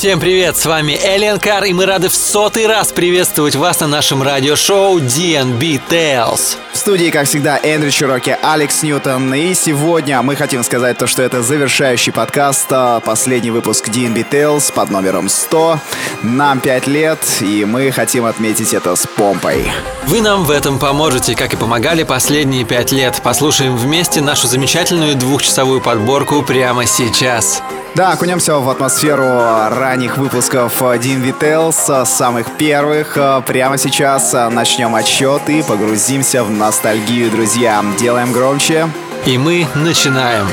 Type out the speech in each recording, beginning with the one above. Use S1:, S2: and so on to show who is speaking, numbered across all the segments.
S1: Всем привет, с вами Эллен Кар, и мы рады в 100-й раз приветствовать вас на нашем радиошоу DNB Tales.
S2: В студии, как всегда, Эндрю Чироки, Алекс Ньютон. И сегодня мы хотим сказать то, что это завершающий подкаст, последний выпуск DNB Tales под номером 100. Нам 5 лет, и мы хотим отметить это с помпой.
S1: Вы нам в этом поможете, как и помогали последние 5 лет. Послушаем вместе нашу замечательную двухчасовую подборку прямо сейчас.
S2: Да, окунемся в атмосферу ранних выпусков DNB Tales, самых первых. Прямо сейчас начнем отсчет и погрузимся в ностальгию, друзья. Делаем громче.
S1: И мы начинаем.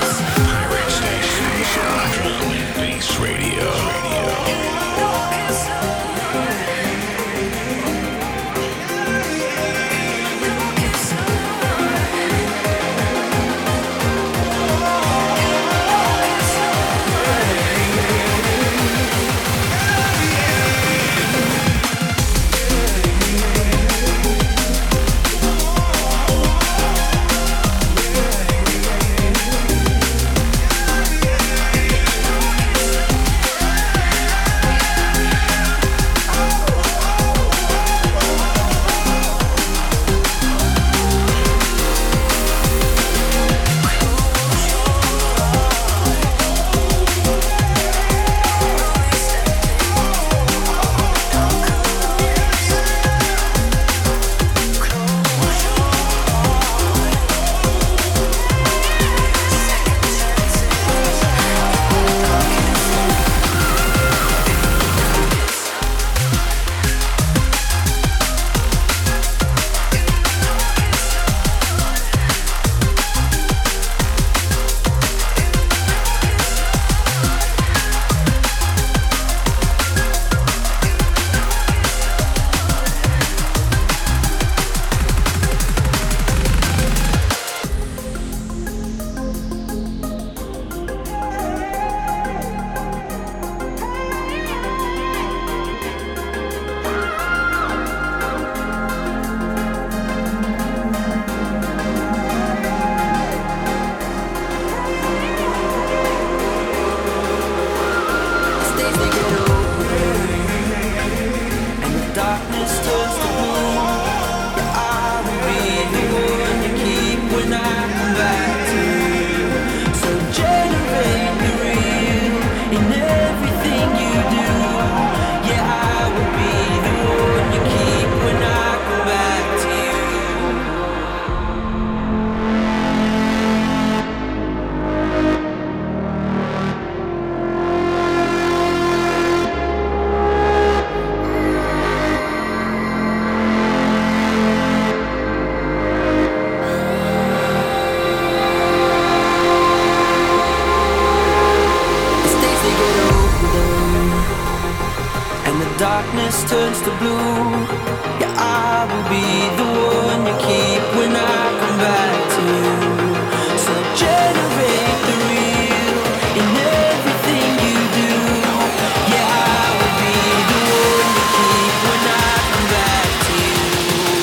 S3: Darkness turns to blue. Yeah, I will be the one you keep when I come back to you. So generate the real in everything you do. Yeah, I will be the one you keep when I come back to you.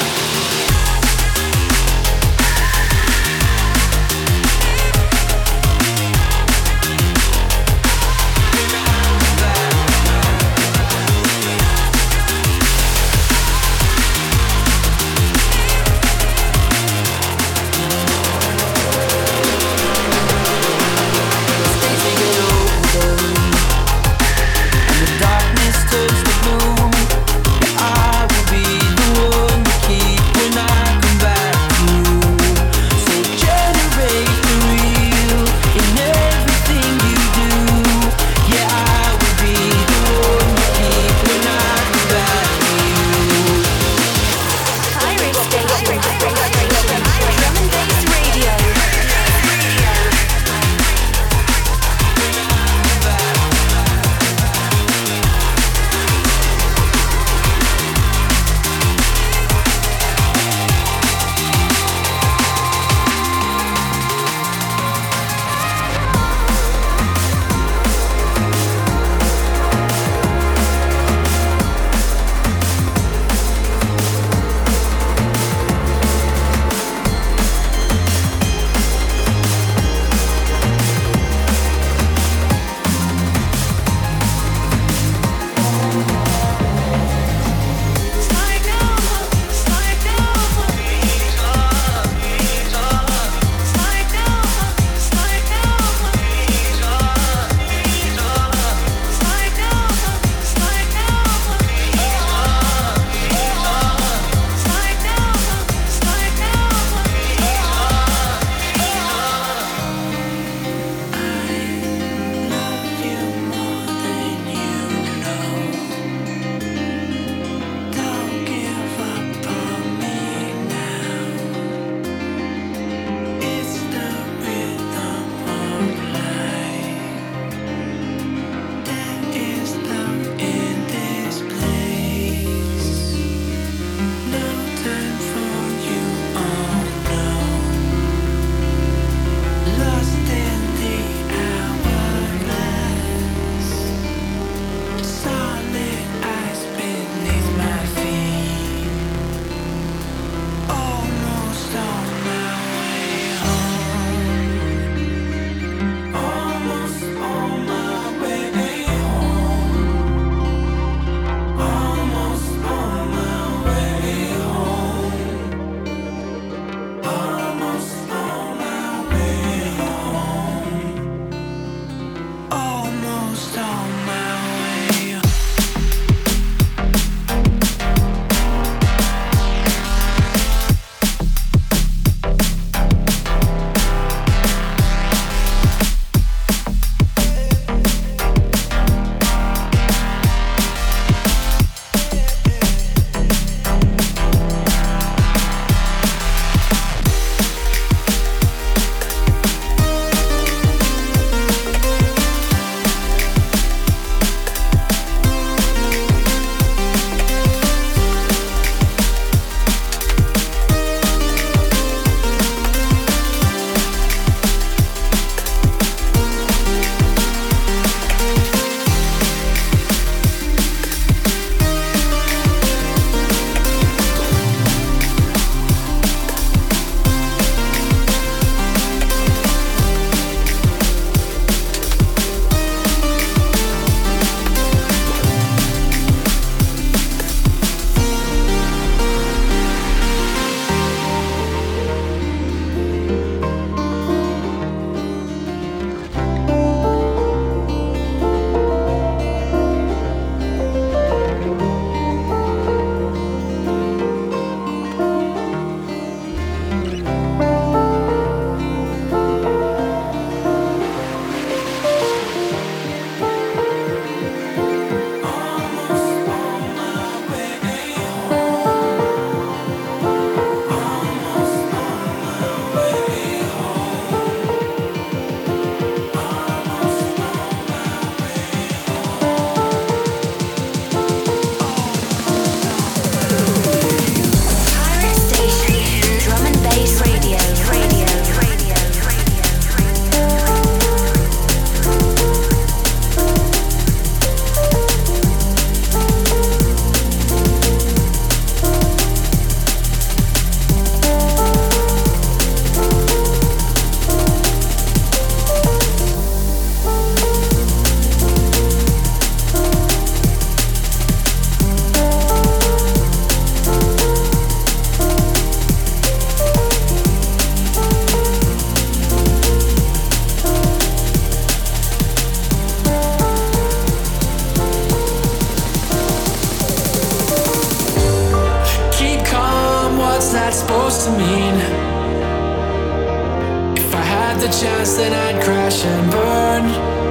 S3: the chance, then I'd crash and burn.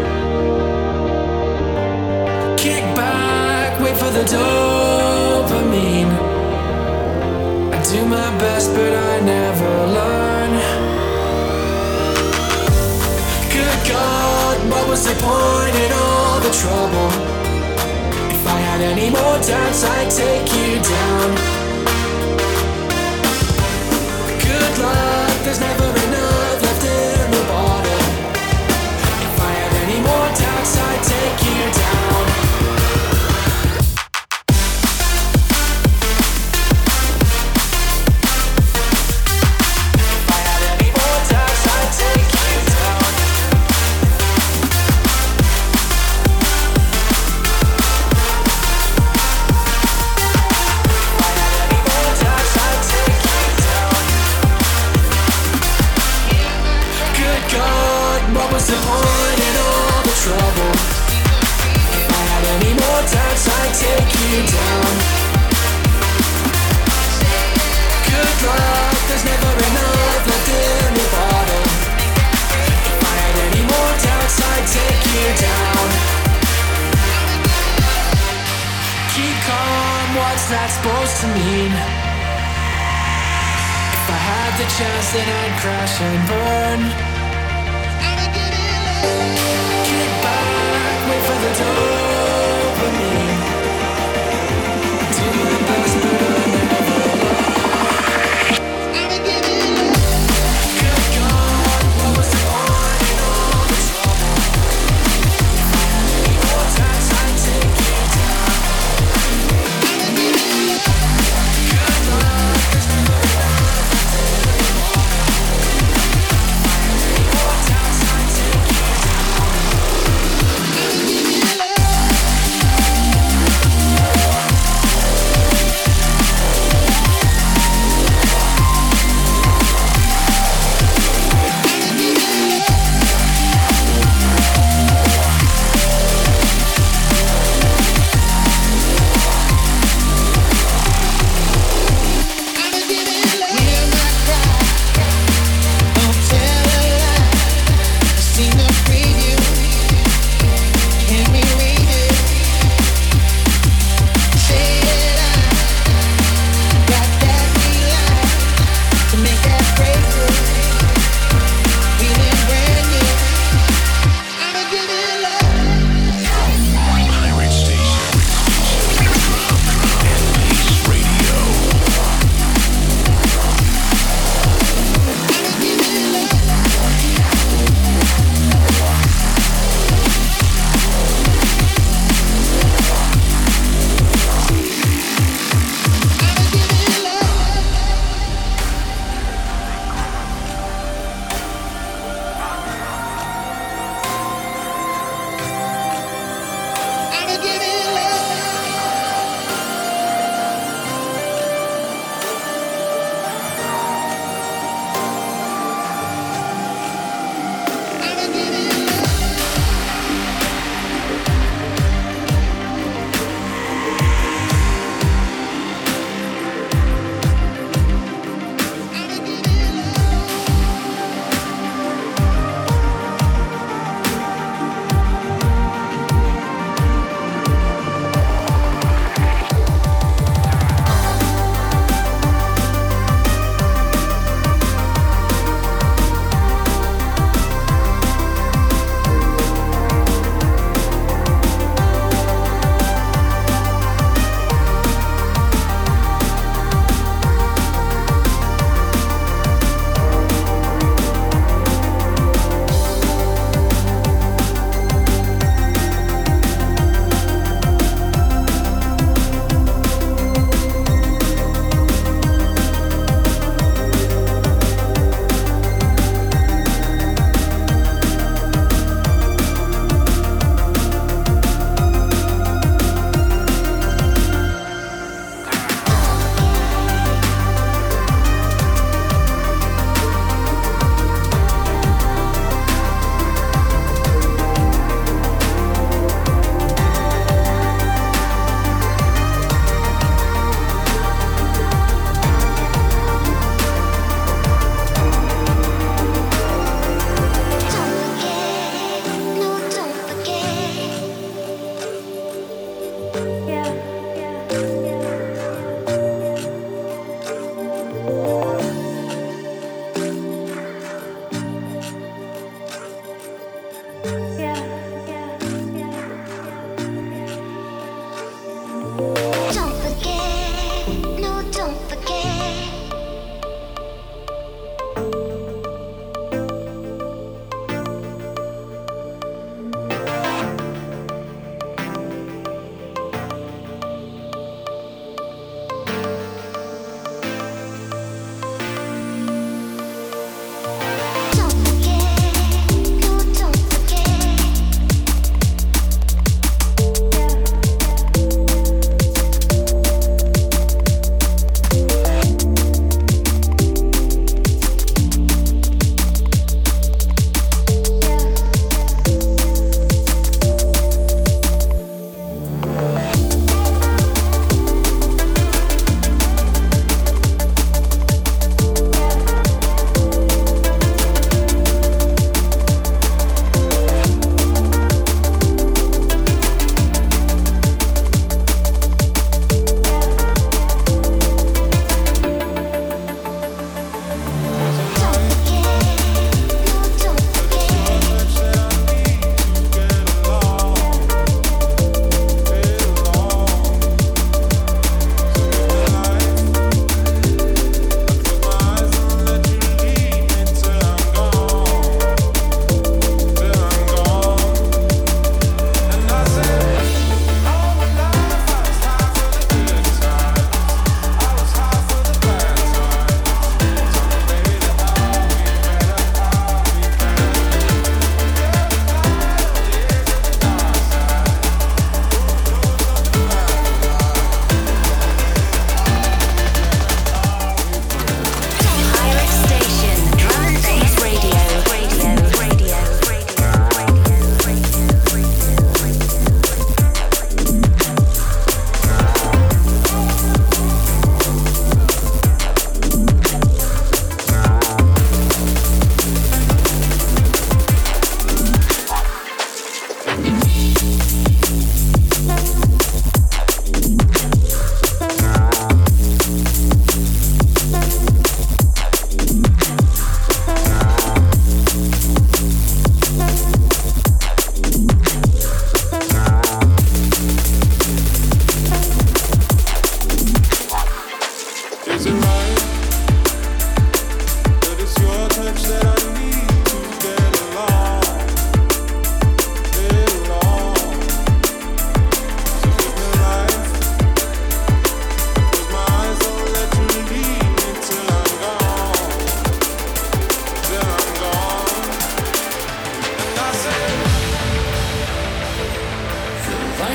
S3: Kick back, wait for the dopamine. I do my best, but I never learn. Good God, what was the point in all the trouble? If I had any more doubts, I'd take you down. Good luck, there's never enough left in the bottle. If I had any more doubts, I'd take you down. If I had any more doubts, I'd take you down. If I had any more doubts, I'd take you down. Good God, what was the point in all the trouble? If I had any more doubts, I'd take you down. Good luck, there's never enough left in the bottle. If I had any more doubts, I'd take you down. Keep calm, what's that supposed to mean? If I had the chance, then I'd crash and burn. Kick back, wait for the dopamine. Do my best, but I never learn. Good God, what was the point in all the trouble? If I had any more times, I'd take you down. Good luck, there's never enough left in the bottle. If I had any more times, I'd take you down.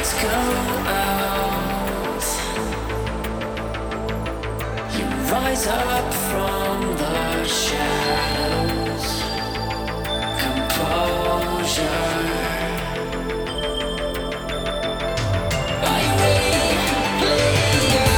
S3: Rise up from the shadows, composure. Are you ready, player?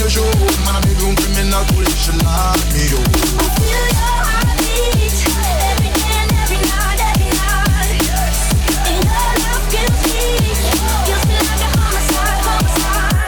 S4: pressure, man, I make room criminal police and lock me up.
S5: I feel your heartbeat every day and every night, every night. And your love kills me like a homicide, homicide.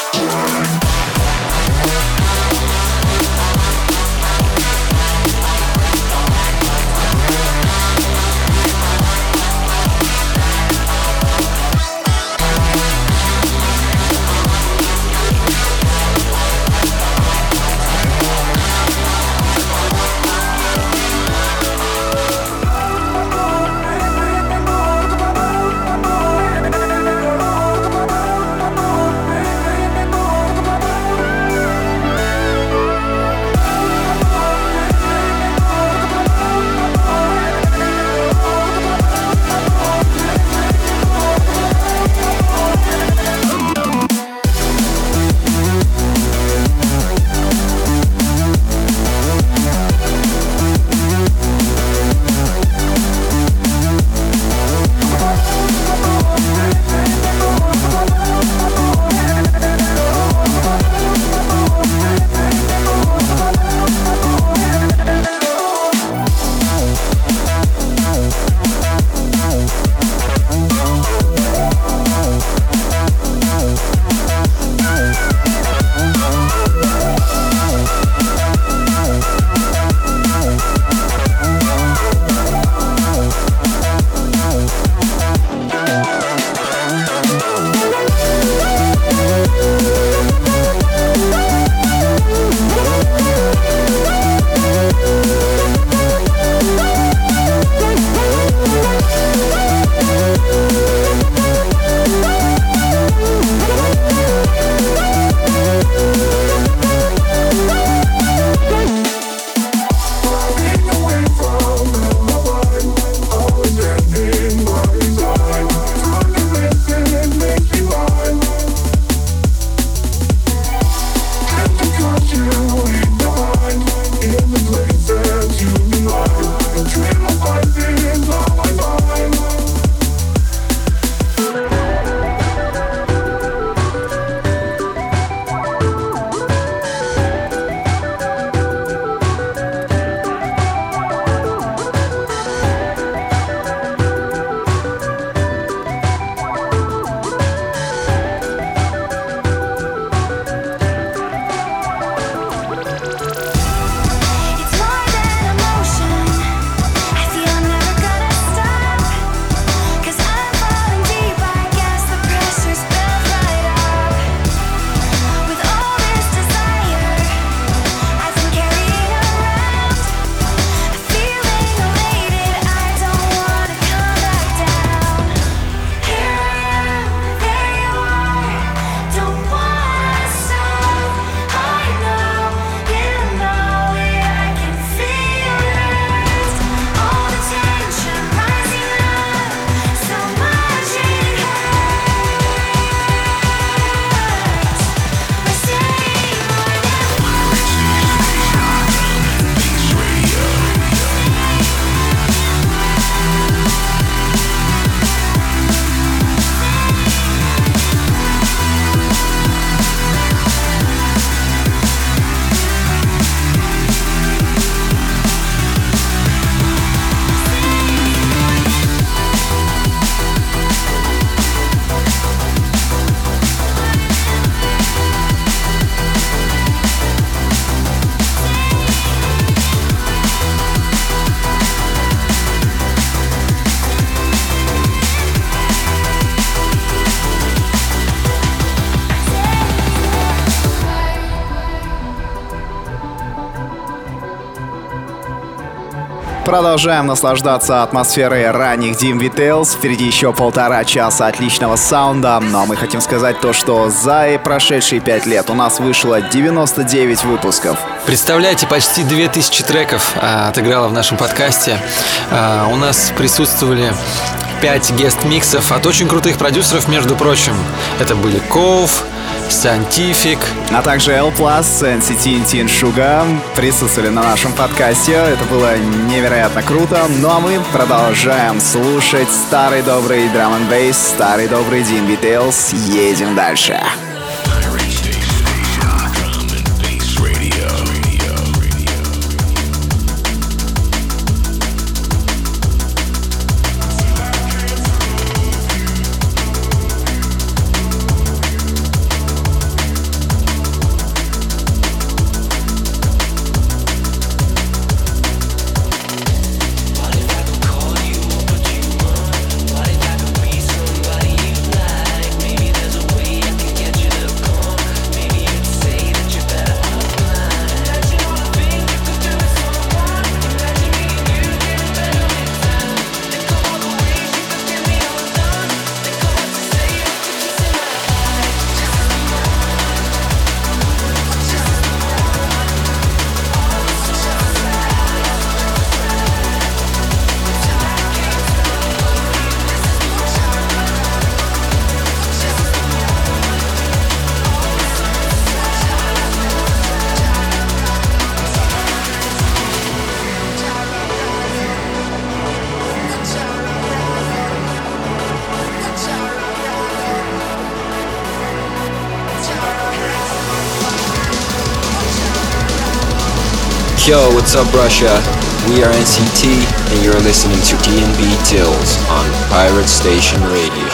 S2: Продолжаем наслаждаться атмосферой ранних Dimby Tales. Впереди еще 1,5 часа отличного саунда. Но мы хотим сказать то, что за прошедшие 5 лет у нас вышло 99 выпусков.
S1: Представляете, почти 2000 треков отыграло в нашем подкасте. У нас присутствовали 5 гест-миксов от очень крутых продюсеров, между прочим. Это были Ков, Scientific,
S2: а также L+, NCT, Teen Sugar присутствовали на нашем подкасте. Это было невероятно круто. Ну а мы продолжаем слушать старый добрый драм н бейс, старый добрый Dimby Tales. Едем дальше.
S6: Yo, what's up, Russia? We are NCT, and you're listening to DNB Tills on Pirate Station Radio.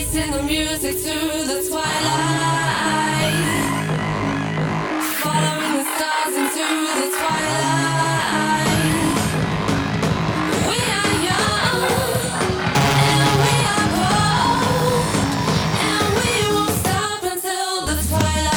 S5: Chasing the music through the twilight, following the stars into the twilight. We are young and we are bold, and we won't stop until the twilight.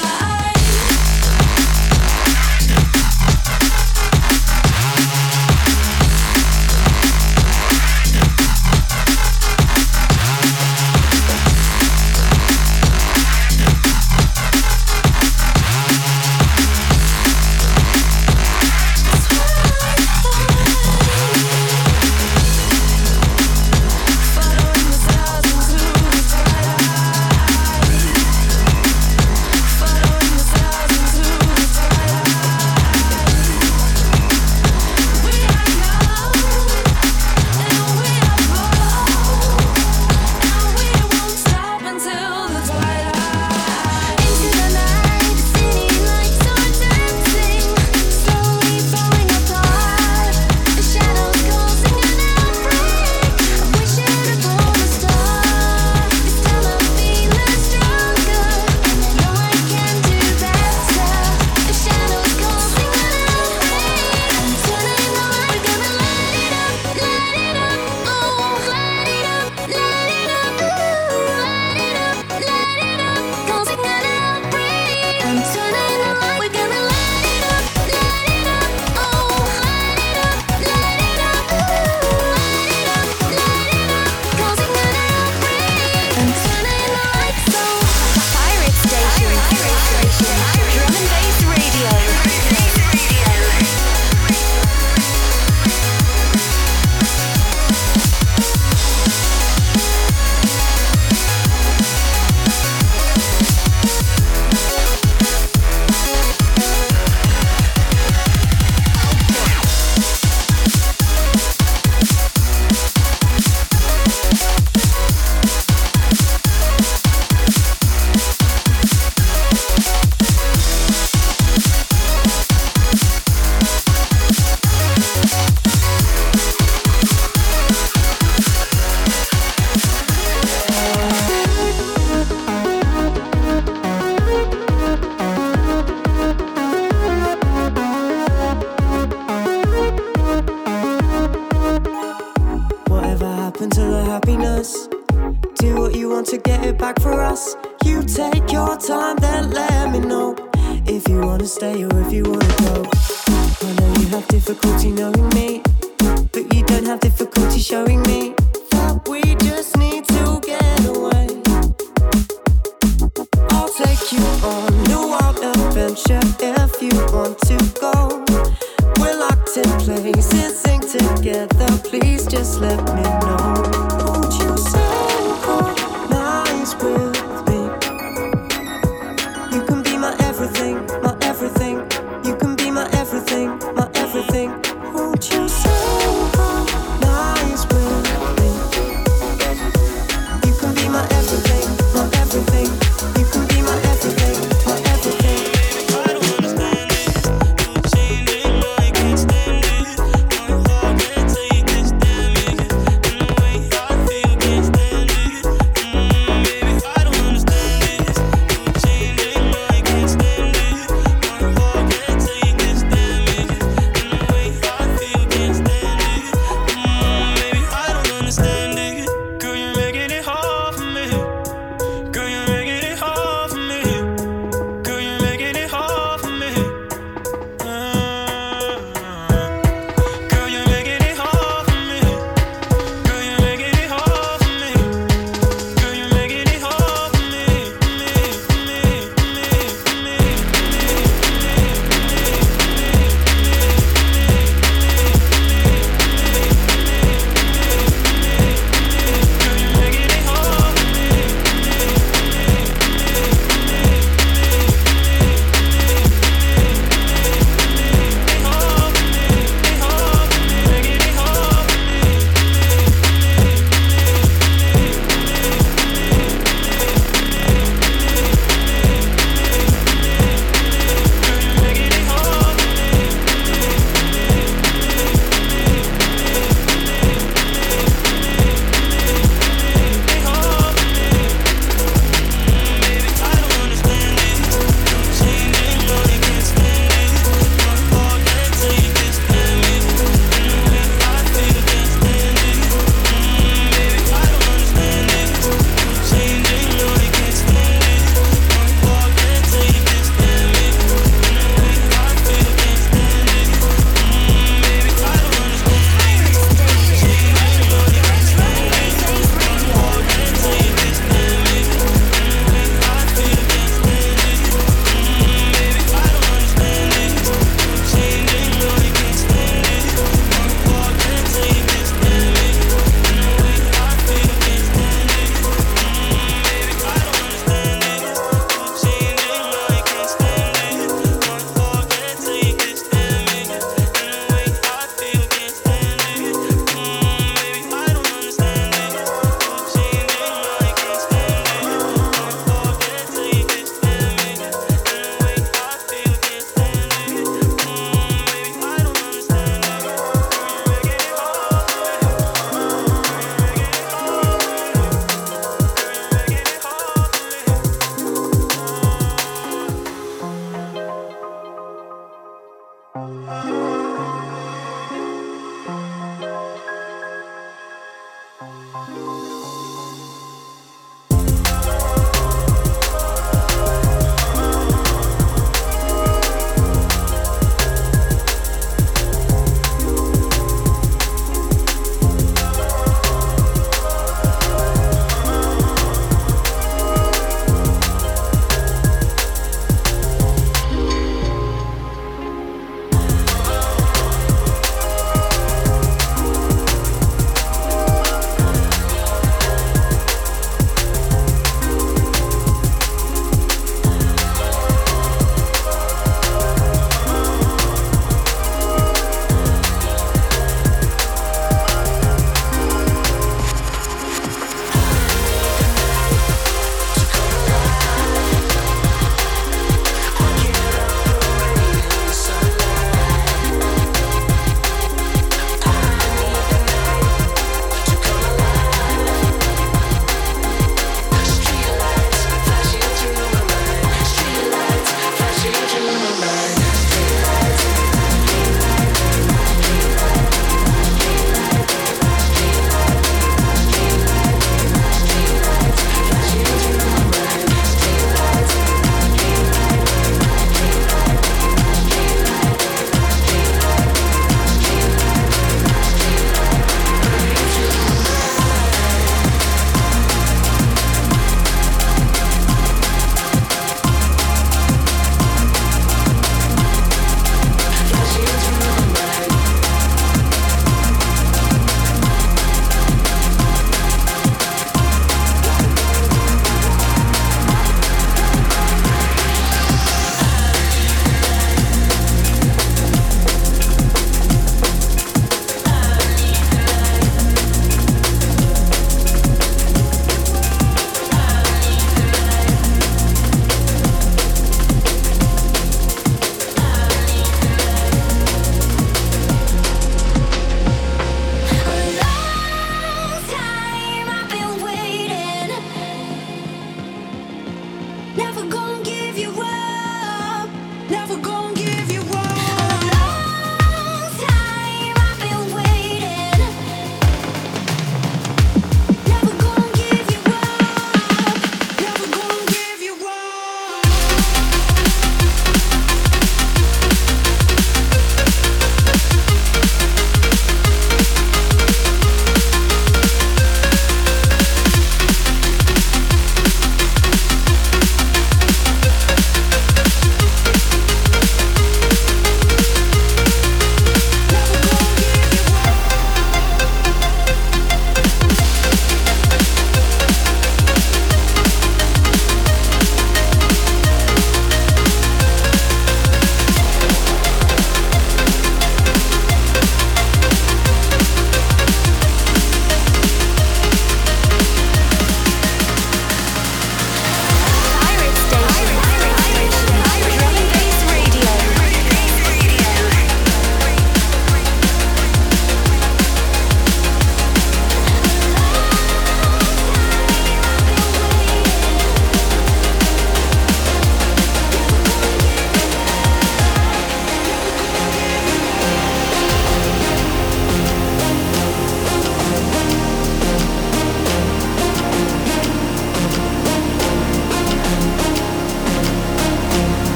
S5: Following the stars into the twilight, following the stars into the twilight. We are young and we are bold, and we won't stop until the twilight. Into the night, the city lights are dancing, slowly falling apart. The shadows causing an outbreak. I wish it upon a star. This time I'm feeling stronger, and I know I can do better. The shadows causing an outbreak. I'm turning the light, gonna light it up, oh, light it up, light it up, light it up, light it up, causing an outbreak. I'm turning the light, we're gonna light it up, oh, light it up, light it up, light it up, light it up, causing an outbreak. I'm turning the lights on.
S7: Pirate Station. Drum and Bass Radio.
S3: Whatever happened to the happiness? Do what you want to get it back for us. You take your time, then let me know if you wanna stay or if you wanna go. I know you have difficulty knowing me, but you don't have difficulty showing me that we just need to get away. I'll take you on a wild adventure if you want to go. We're locked in place and sing together. Please just let me know. Won't you synchronize with me? You can be my everything, my everything. You can be my everything, my everything. Won't you synchronize with me?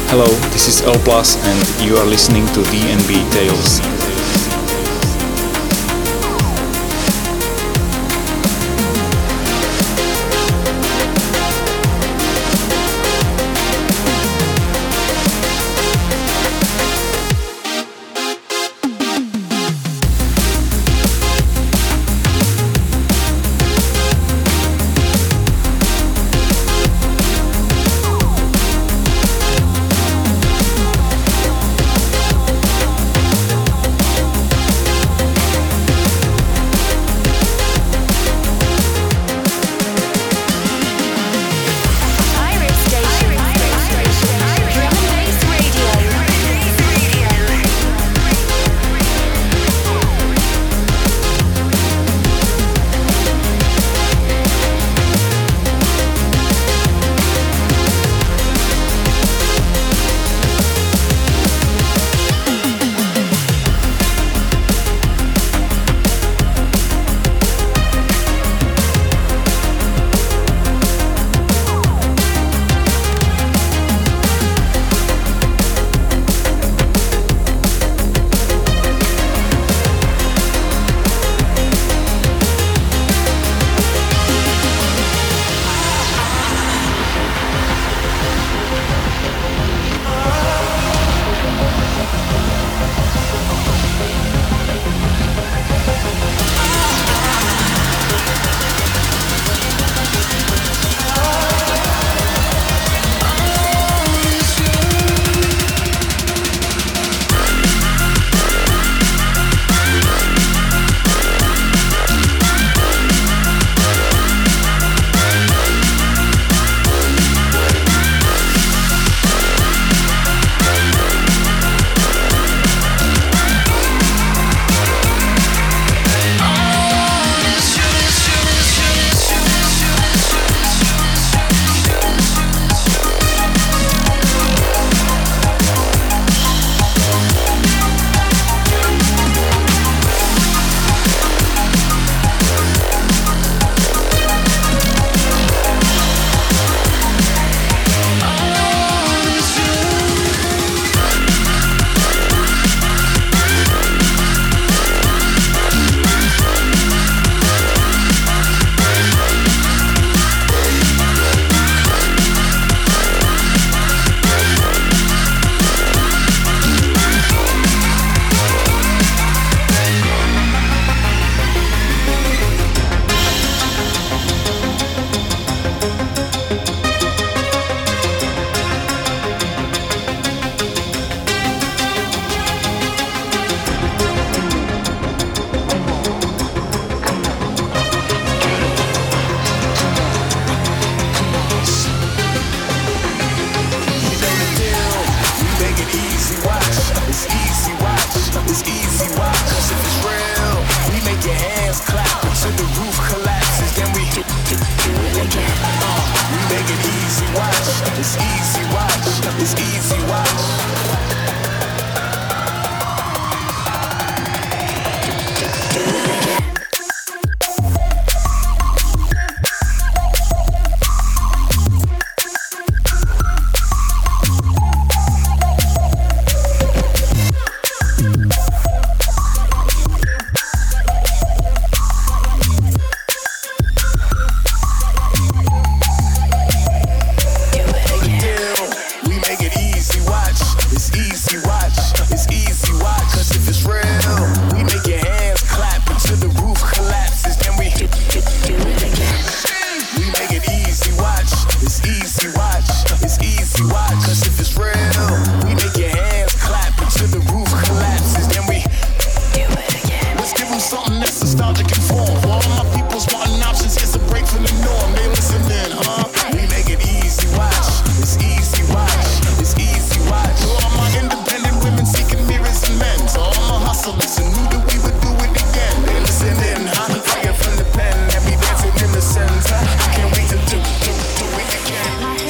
S8: Hello, this is L Plus and you are listening to DNB Tales.
S7: Pirate Station. Drum and Bass Radio.
S4: We make it easy.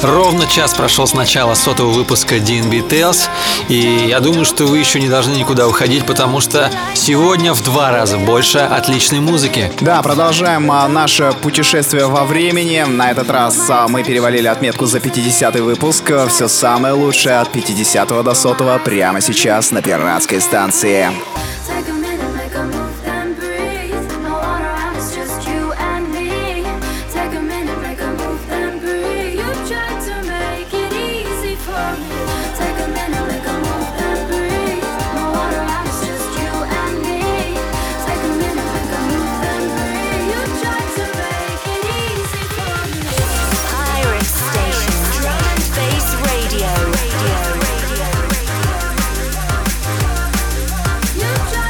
S1: Ровно час прошел с начала 100-го выпуска DNB Tales, и я думаю, что вы еще не должны никуда уходить, потому что сегодня в 2 раза больше отличной музыки.
S2: Да, продолжаем наше путешествие во времени. На этот раз мы перевалили отметку за 50-й выпуск. Все самое лучшее от 50-го до 100-го прямо сейчас на пиратской станции.
S5: Take a minute, make a move, then breathe. No one around, it's just you and me. Take a minute, make a move, then breathe. You tried to make it easy for me. Take a minute, make a move, then breathe. No one around, it's just you and me. Take a minute, make a move, then breathe. You tried to make it easy for me.
S7: Pirate Station, drum and bass radio.
S5: You tried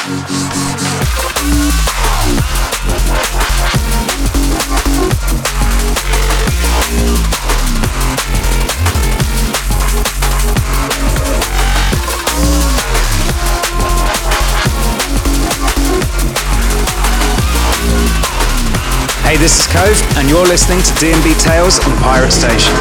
S9: Hey, this is Cove, and you're listening to D&B Tales on Pirate Station.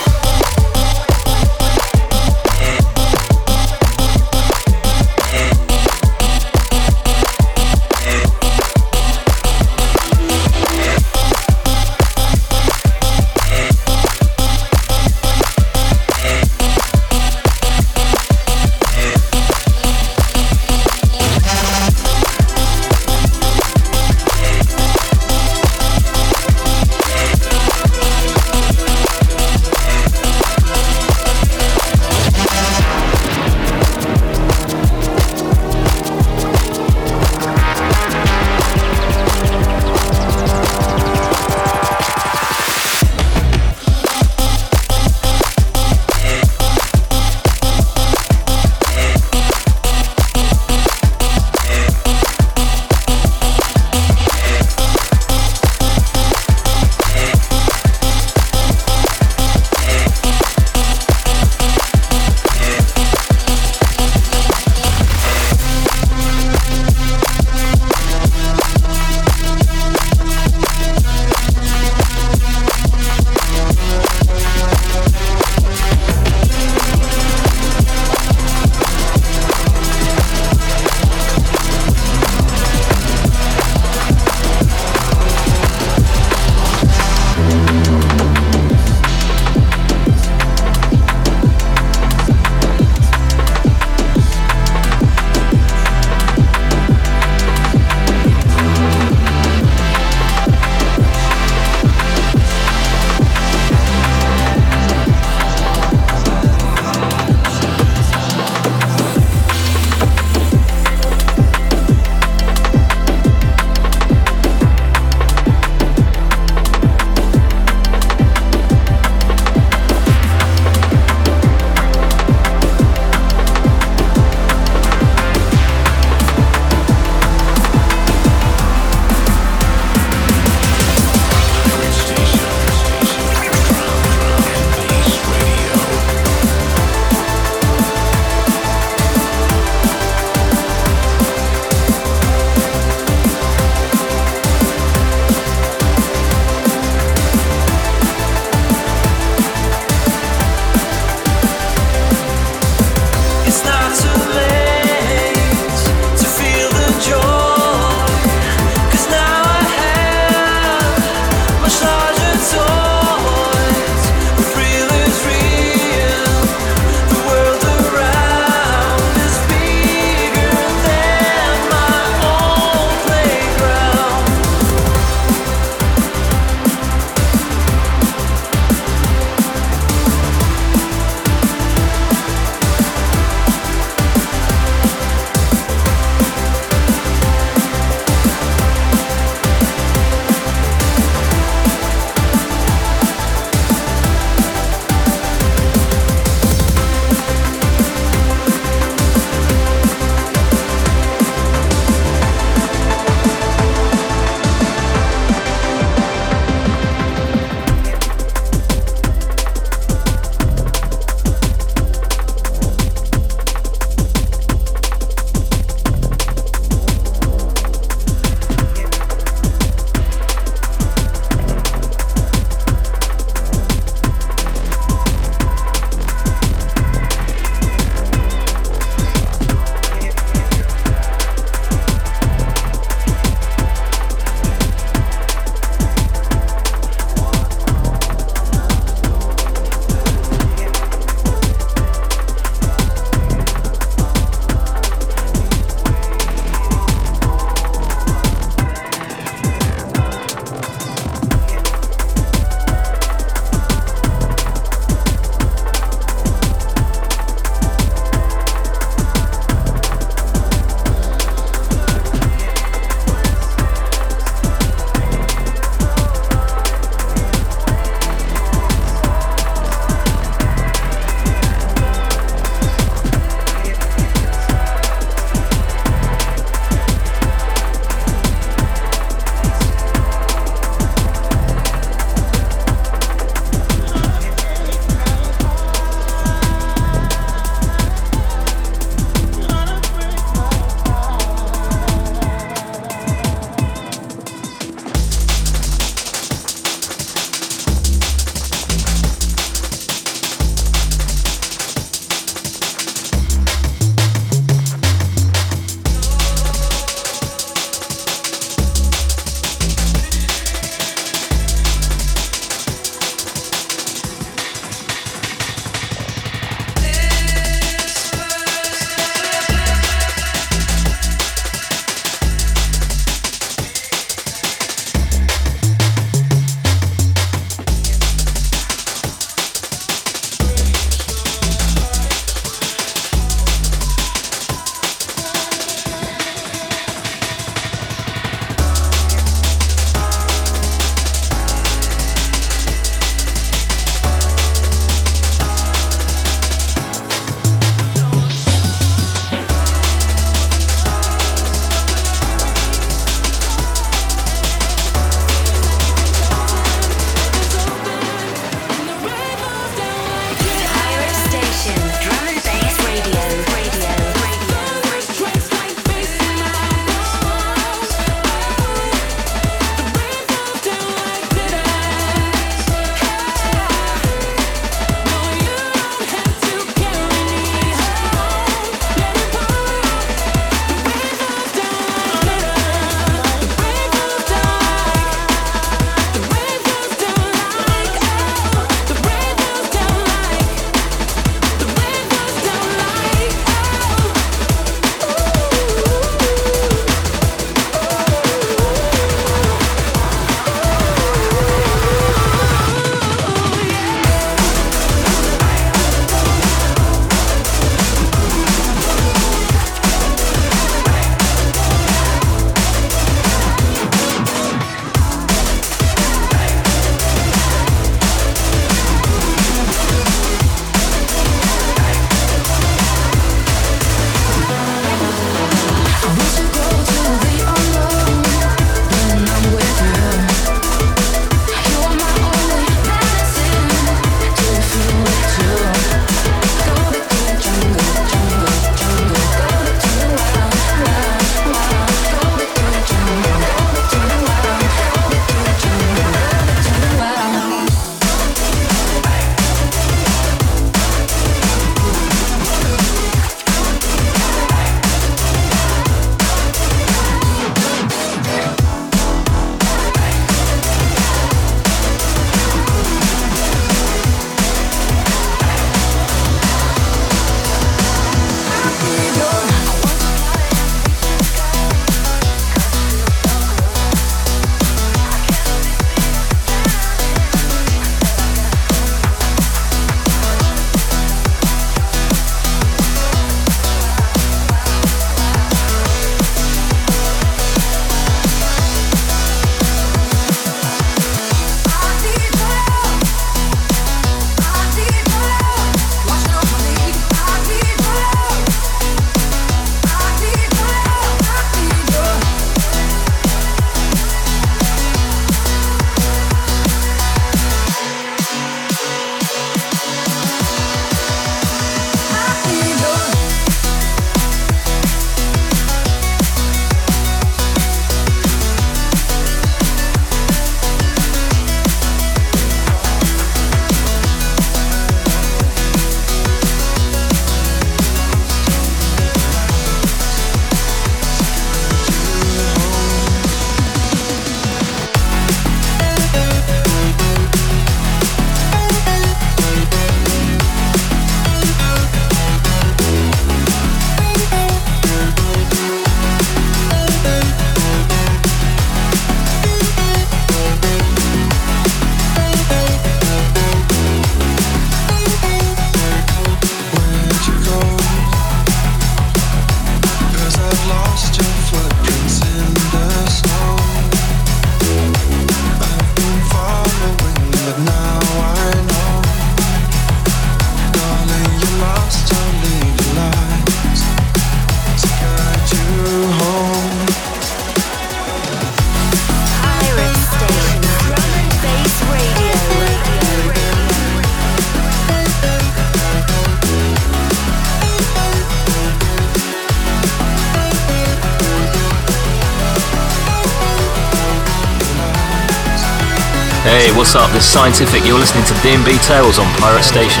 S10: Hey, what's up? This is Scientific. You're listening to D&B Tales on Pirate Station.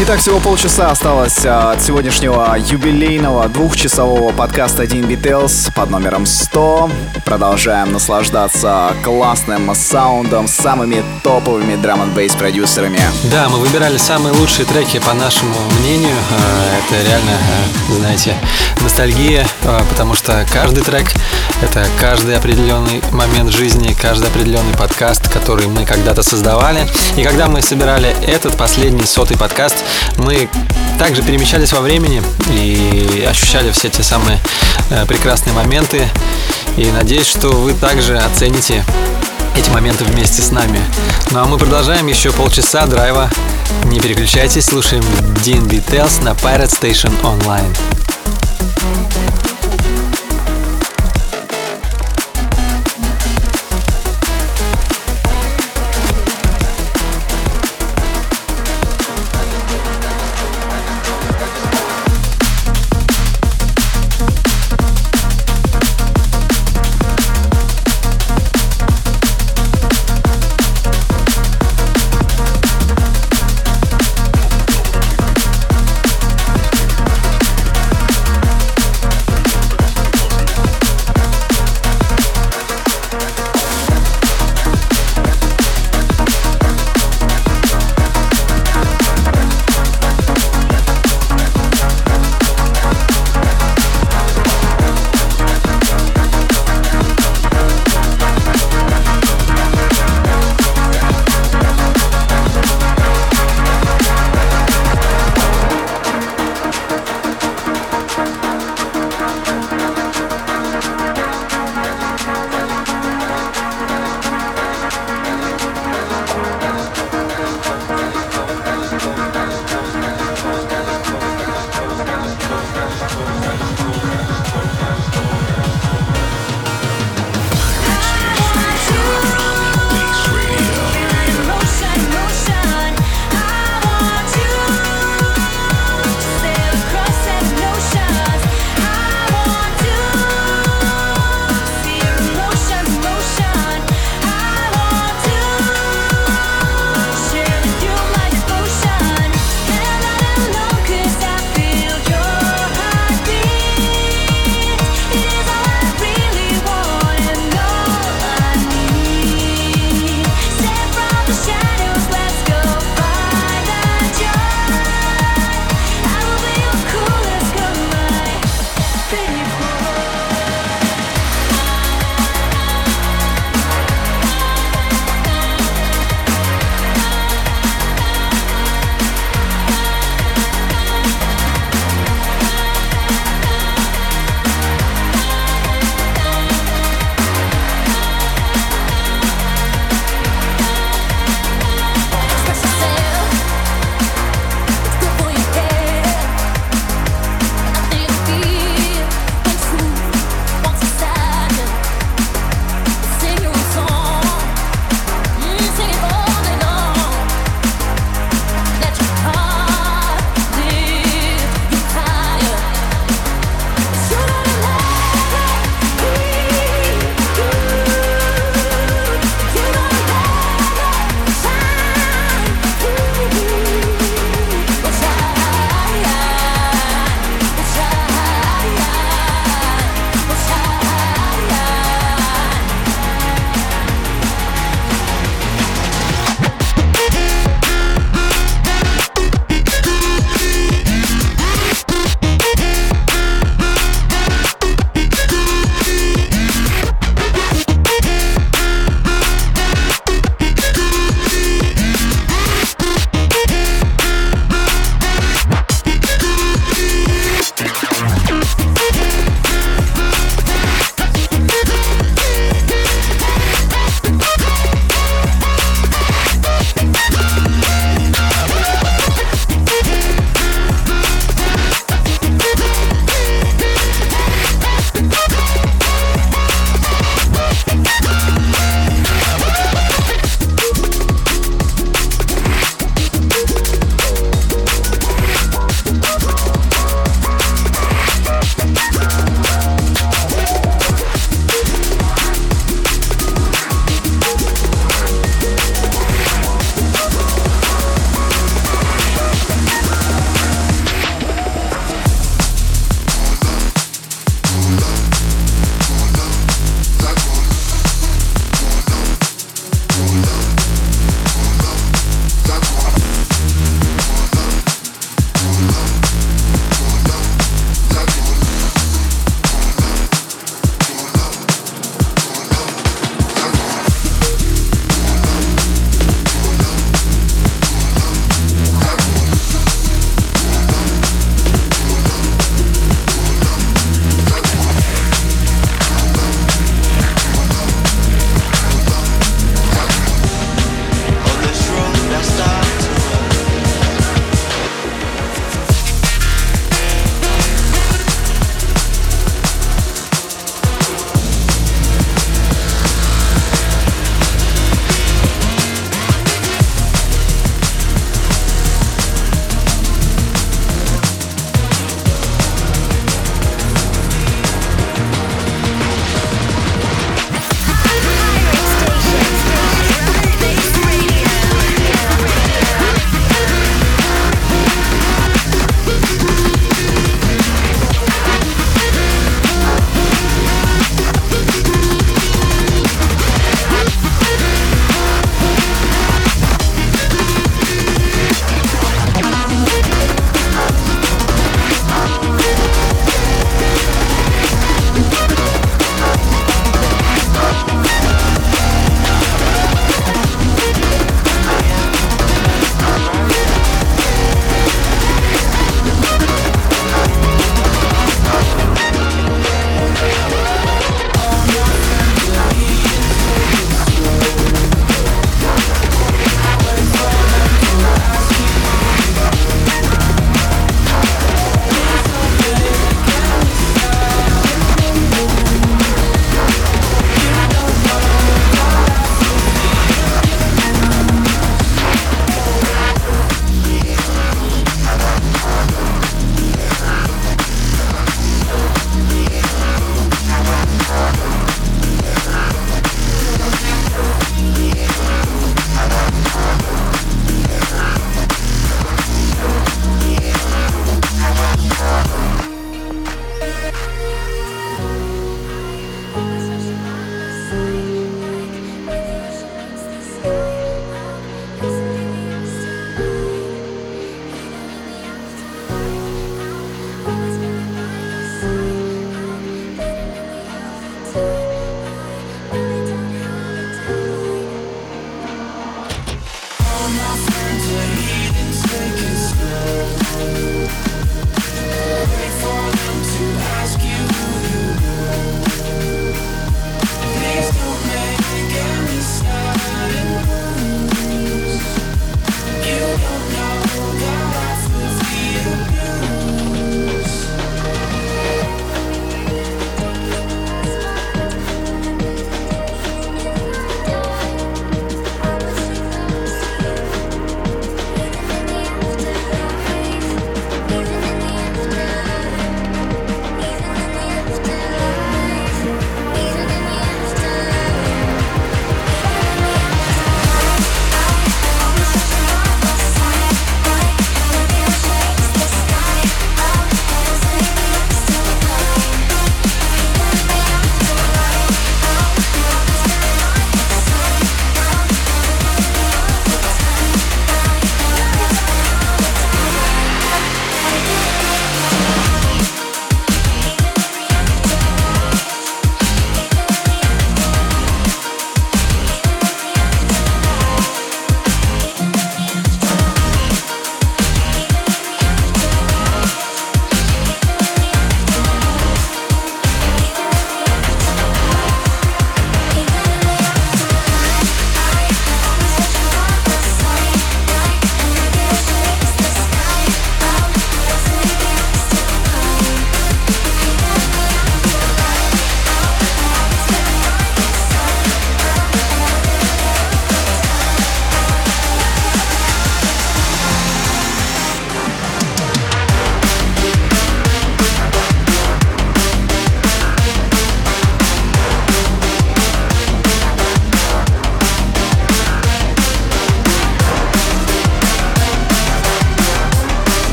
S2: Итак, всего полчаса осталось от сегодняшнего юбилейного двухчасового подкаста DNB Tales под номером 100. Продолжаем наслаждаться классным саундом, самыми топовыми драм-н-бейс продюсерами.
S1: Да, мы выбирали самые лучшие треки, по нашему мнению. Это реально, знаете, ностальгия, потому что каждый трек — это каждый определенный момент жизни, каждый определенный подкаст, который мы когда-то создавали. И когда мы собирали этот последний 100-й подкаст, мы также перемещались во времени и ощущали все те самые прекрасные моменты. И надеюсь, что вы также оцените эти моменты вместе с нами. Ну а мы продолжаем еще полчаса драйва. Не переключайтесь, слушаем DNB Tales на Pirate Station Online.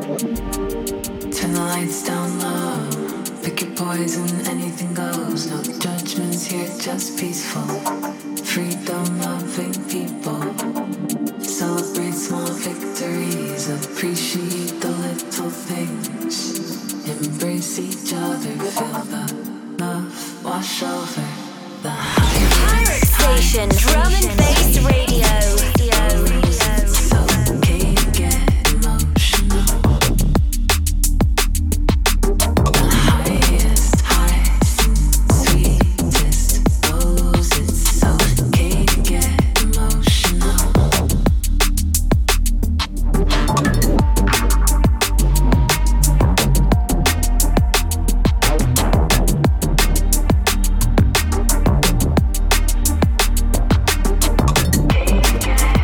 S11: Turn the lights down low. Pick your poison, anything goes. No judgments here, just peaceful. Freedom loving people. Celebrate small victories. Appreciate the little things. Embrace each other. Feel the love wash over the
S7: Pirate Station, drum and bass radio.
S11: It's okay to get emotional. The highest highs and sweetest lows. It's okay to get emotional. Okay to get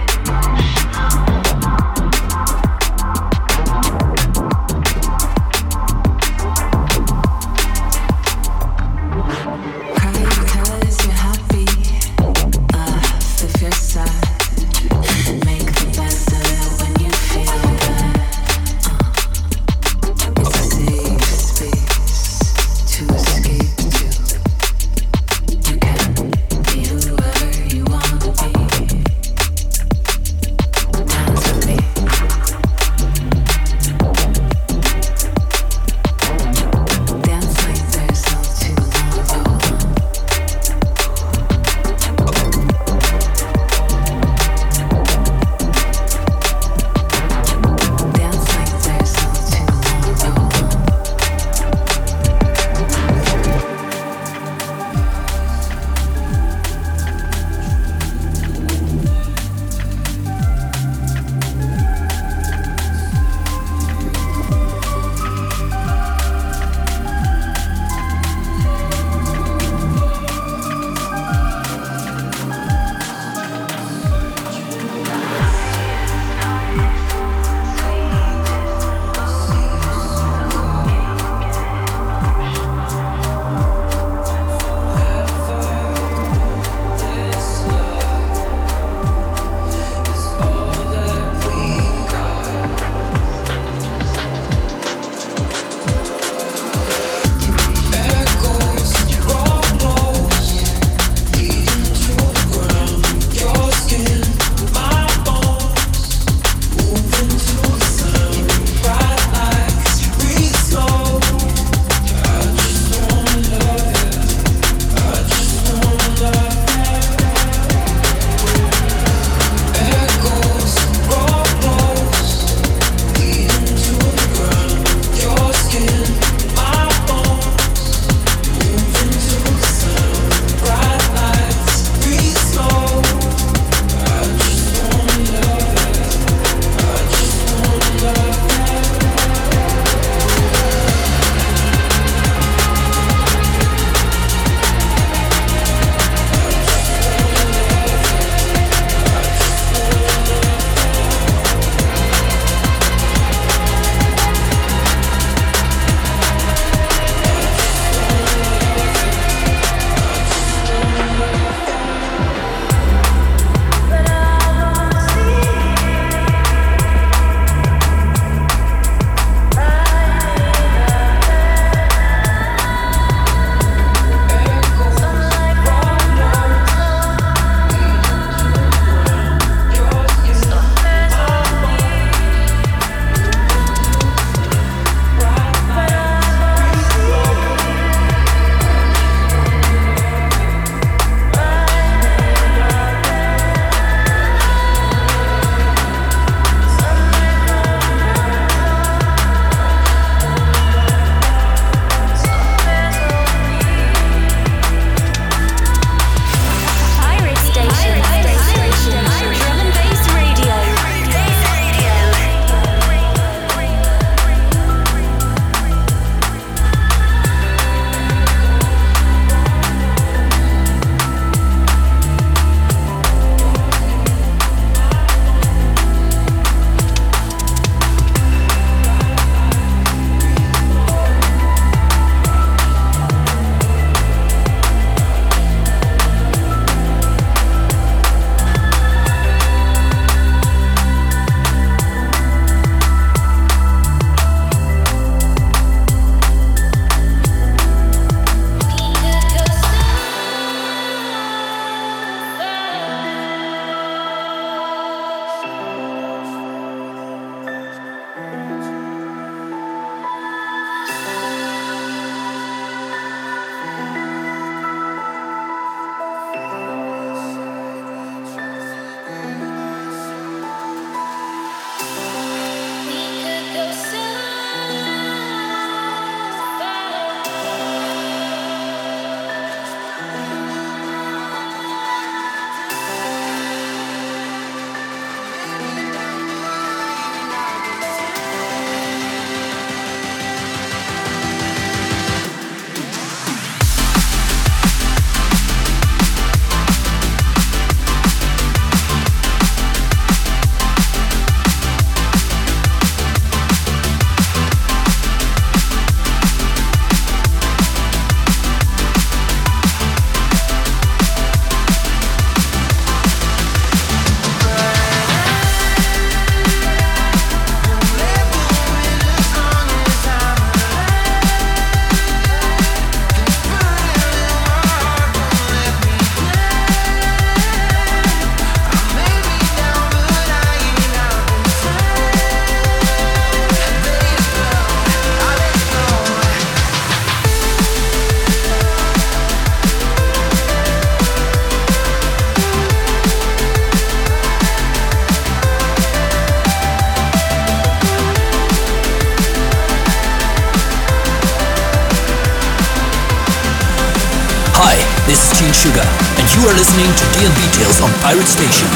S12: This is Chin Sugar, and you are listening to DNB Tales on Pirate Station.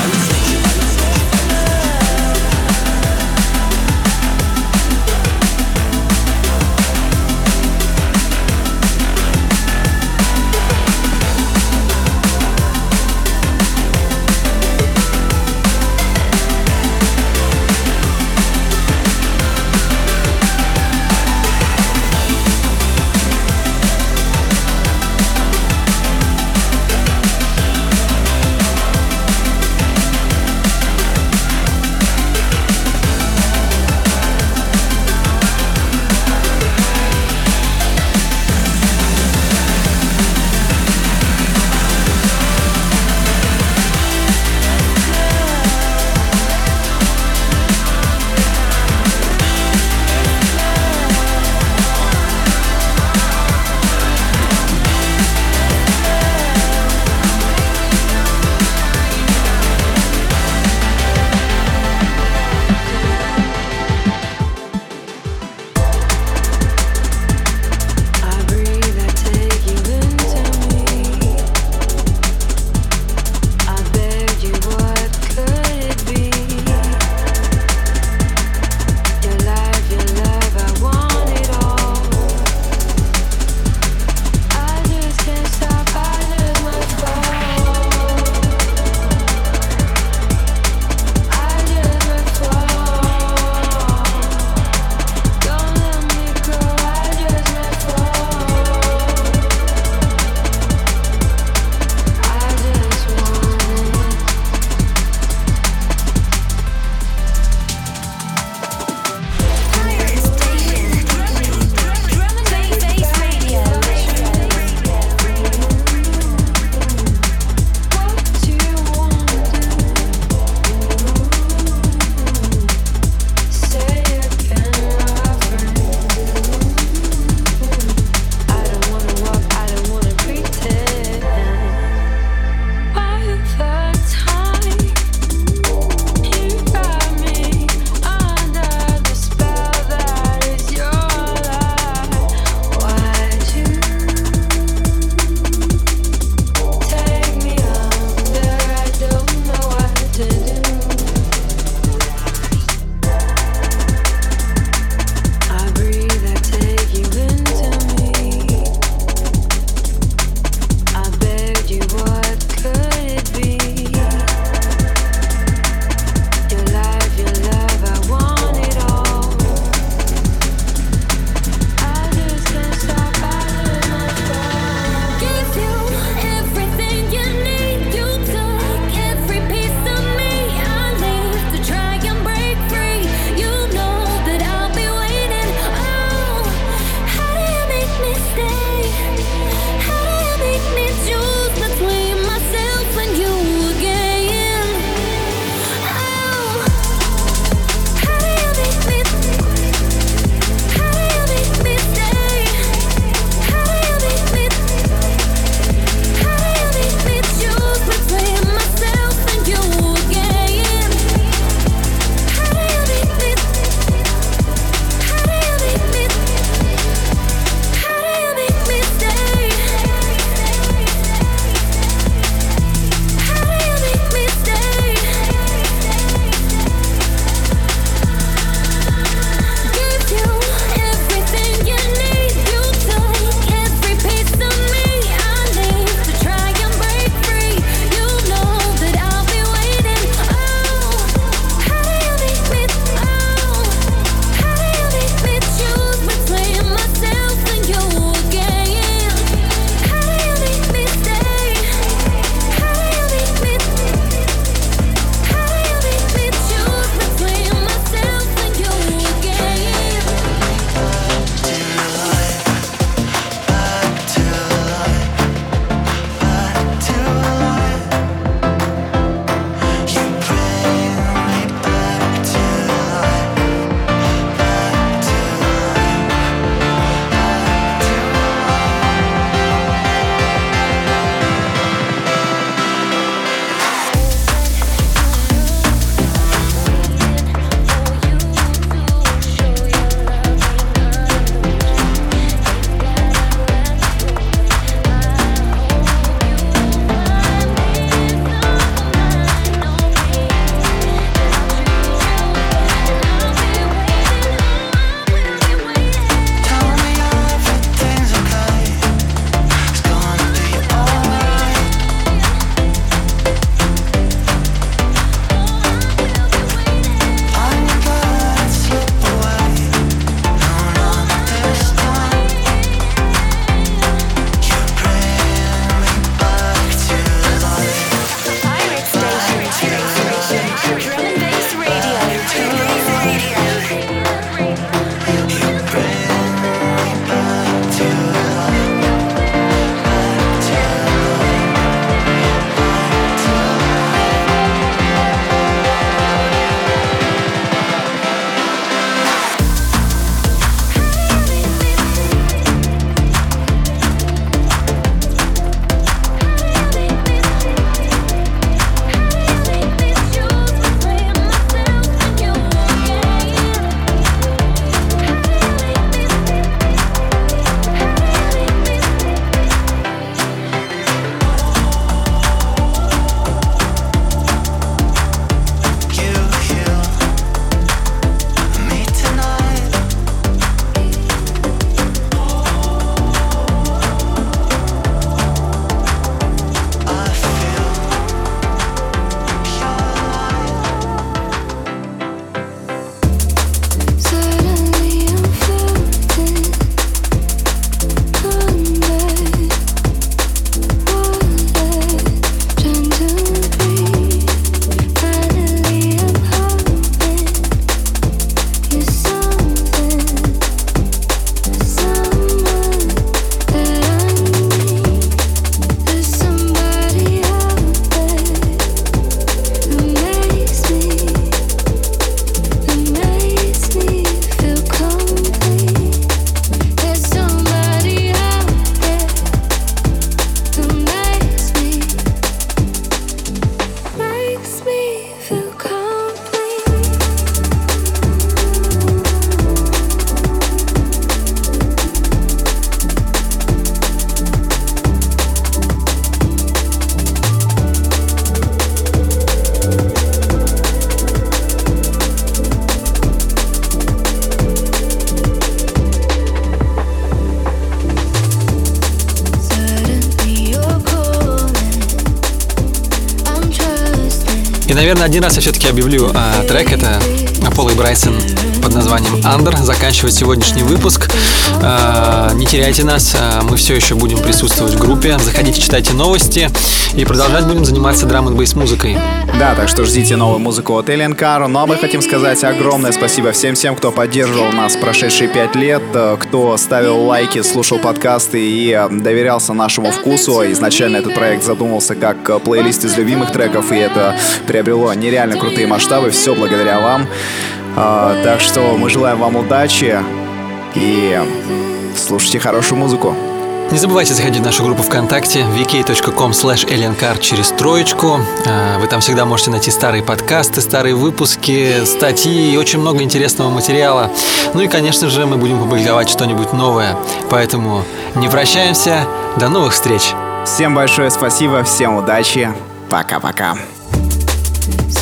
S1: наверное, один раз я все-таки объявлю трек. Это Apollo и Брайсон под названием Under. Заканчивает сегодняшний выпуск. Не теряйте нас, мы все еще будем присутствовать в группе. Заходите, читайте новости и продолжать будем заниматься драм-н-бейс музыкой.
S2: Да, так что ждите новую музыку от Alien Car. Ну а мы хотим сказать огромное спасибо всем, кто поддерживал нас в прошедшие 5 лет, кто ставил лайки, слушал подкасты и доверялся нашему вкусу. Изначально этот проект задумался как плейлист из любимых треков, и это приобрело нереально крутые масштабы. Все благодаря вам. Так что мы желаем вам удачи и слушайте хорошую музыку.
S1: Не забывайте заходить в нашу группу ВКонтакте vk.com/aliencar через троечку. Вы там всегда можете найти старые подкасты, старые выпуски, статьи и очень много интересного материала. Ну и, конечно же, мы будем публиковать что-нибудь новое. Поэтому не прощаемся. До новых встреч.
S2: Всем большое спасибо, всем удачи. Пока-пока.